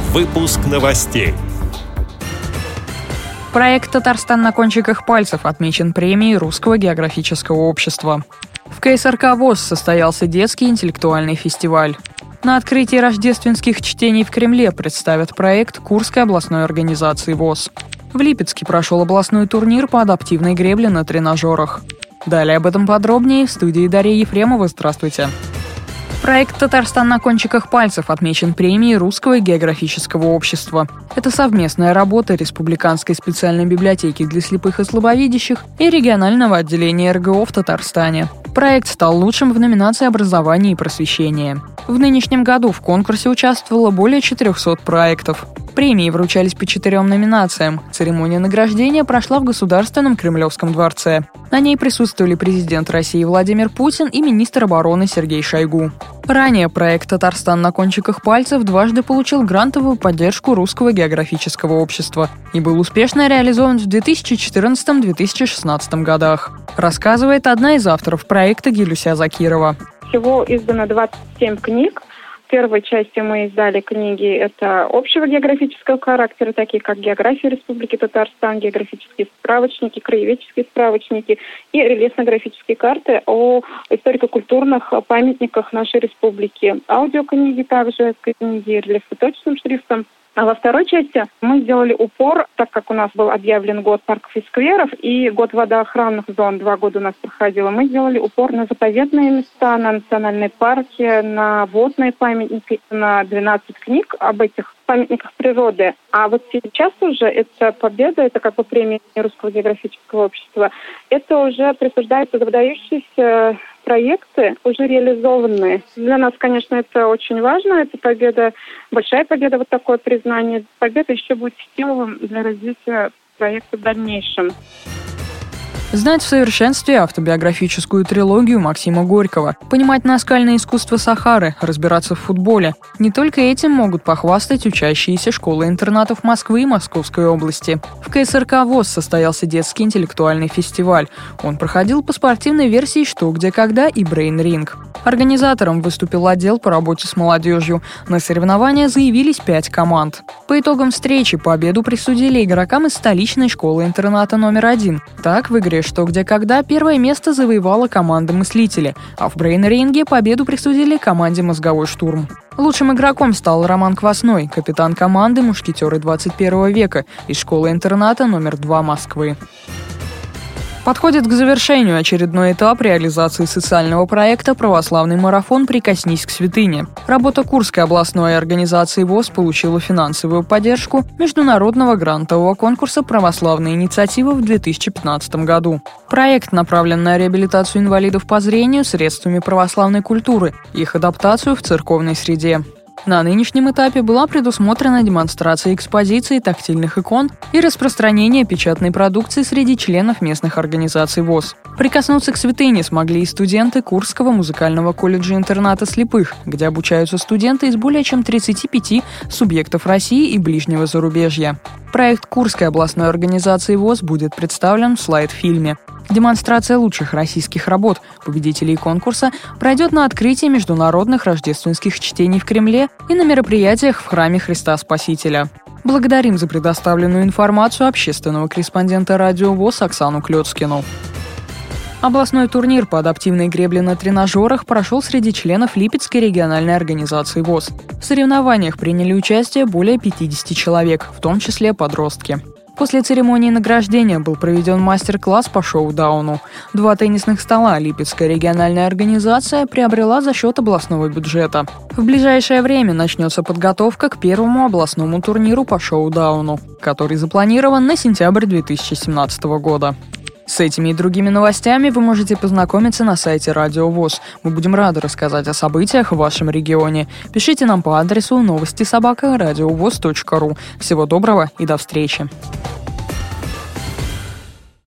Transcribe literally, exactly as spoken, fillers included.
Выпуск новостей. Проект «Татарстан на кончиках пальцев» отмечен премией Русского географического общества. В ка эс эр ка ВОС состоялся детский интеллектуальный фестиваль. На открытии рождественских чтений в Кремле представят проект Курской областной организации ВОС. В Липецке прошел областной турнир по адаптивной гребле на тренажерах. Далее об этом подробнее в студии Дарья Ефремова. Здравствуйте. Проект «Татарстан на кончиках пальцев» отмечен премией Русского географического общества. Это совместная работа Республиканской специальной библиотеки для слепых и слабовидящих и регионального отделения эр гэ о в Татарстане. Проект стал лучшим в номинации «Образование и просвещение». В нынешнем году в конкурсе участвовало более четырехсот проектов. Премии вручались по четырем номинациям. Церемония награждения прошла в Государственном Кремлевском дворце. На ней присутствовали президент России Владимир Путин и министр обороны Сергей Шойгу. Ранее проект «Татарстан на кончиках пальцев» дважды получил грантовую поддержку Русского географического общества и был успешно реализован в две тысячи четырнадцатом — две тысячи шестнадцатом годах. Рассказывает одна из авторов проекта Гилюся Закирова. Всего издано двадцать семь книг. В первой части мы издали книги это общего географического характера, такие как «География Республики Татарстан», географические справочники, краеведческие справочники и рельефно-графические карты о историко-культурных памятниках нашей республики. Аудиокниги также, книги рельефно-точным шрифтом. А во второй части мы сделали упор, так как у нас был объявлен год парков и скверов и год водоохранных зон, два года у нас проходило, мы сделали упор на заповедные места, на национальные парки, на водные памятники, на двенадцать книг об этих памятниках природы. А вот сейчас уже эта победа, это как бы премия Русского географического общества, это уже присуждается за выдающиеся проекты, уже реализованные. Для нас, конечно, это очень важно, это победа, большая победа, вот такое признание. Победа еще будет стимулом для развития проекта в дальнейшем. Знать в совершенстве автобиографическую трилогию Максима Горького, понимать наскальное искусство Сахары, разбираться в футболе. Не только этим могут похвастать учащиеся школы-интернатов Москвы и Московской области. В ка эс эр ка ВОС состоялся детский интеллектуальный фестиваль. Он проходил по спортивной версии «Что, где, когда» и «Брейн Ринг». Организатором выступил отдел по работе с молодежью. На соревнования заявились пять команд. По итогам встречи победу присудили игрокам из столичной школы-интерната номер один. Так, в игре «Что, где, когда» первое место завоевала команда «Мыслители», а в брейн-ринге победу присудили команде «Мозговой штурм». Лучшим игроком стал Роман Квасной, капитан команды «Мушкетеры двадцать первого века» из школы-интерната номер два Москвы. Подходит к завершению очередной этап реализации социального проекта «Православный марафон. Прикоснись к святыне». Работа Курской областной организации ВОС получила финансовую поддержку международного грантового конкурса «Православная инициатива» в две тысячи пятнадцатом году. Проект направлен на реабилитацию инвалидов по зрению средствами православной культуры и их адаптацию в церковной среде. На нынешнем этапе была предусмотрена демонстрация экспозиции тактильных икон и распространение печатной продукции среди членов местных организаций ВОС. Прикоснуться к святыне смогли и студенты Курского музыкального колледжа-интерната слепых, где обучаются студенты из более чем тридцати пяти субъектов России и ближнего зарубежья. Проект Курской областной организации ВОС будет представлен в слайд-фильме. Демонстрация лучших российских работ победителей конкурса пройдет на открытии международных рождественских чтений в Кремле и на мероприятиях в Храме Христа Спасителя. Благодарим за предоставленную информацию общественного корреспондента радио ВОС Оксану Клёцкину. Областной турнир по адаптивной гребле на тренажерах прошел среди членов Липецкой региональной организации ВОС. В соревнованиях приняли участие более пятидесяти человек, в том числе подростки. После церемонии награждения был проведен мастер-класс по шоу-дауну. Два теннисных стола Липецкая региональная организация приобрела за счет областного бюджета. В ближайшее время начнется подготовка к первому областному турниру по шоу-дауну, который запланирован на сентябрь две тысячи семнадцатого года. С этими и другими новостями вы можете познакомиться на сайте Радио ВОС. Мы будем рады рассказать о событиях в вашем регионе. Пишите нам по адресу новости собака радиовос точка ру. Всего доброго и до встречи.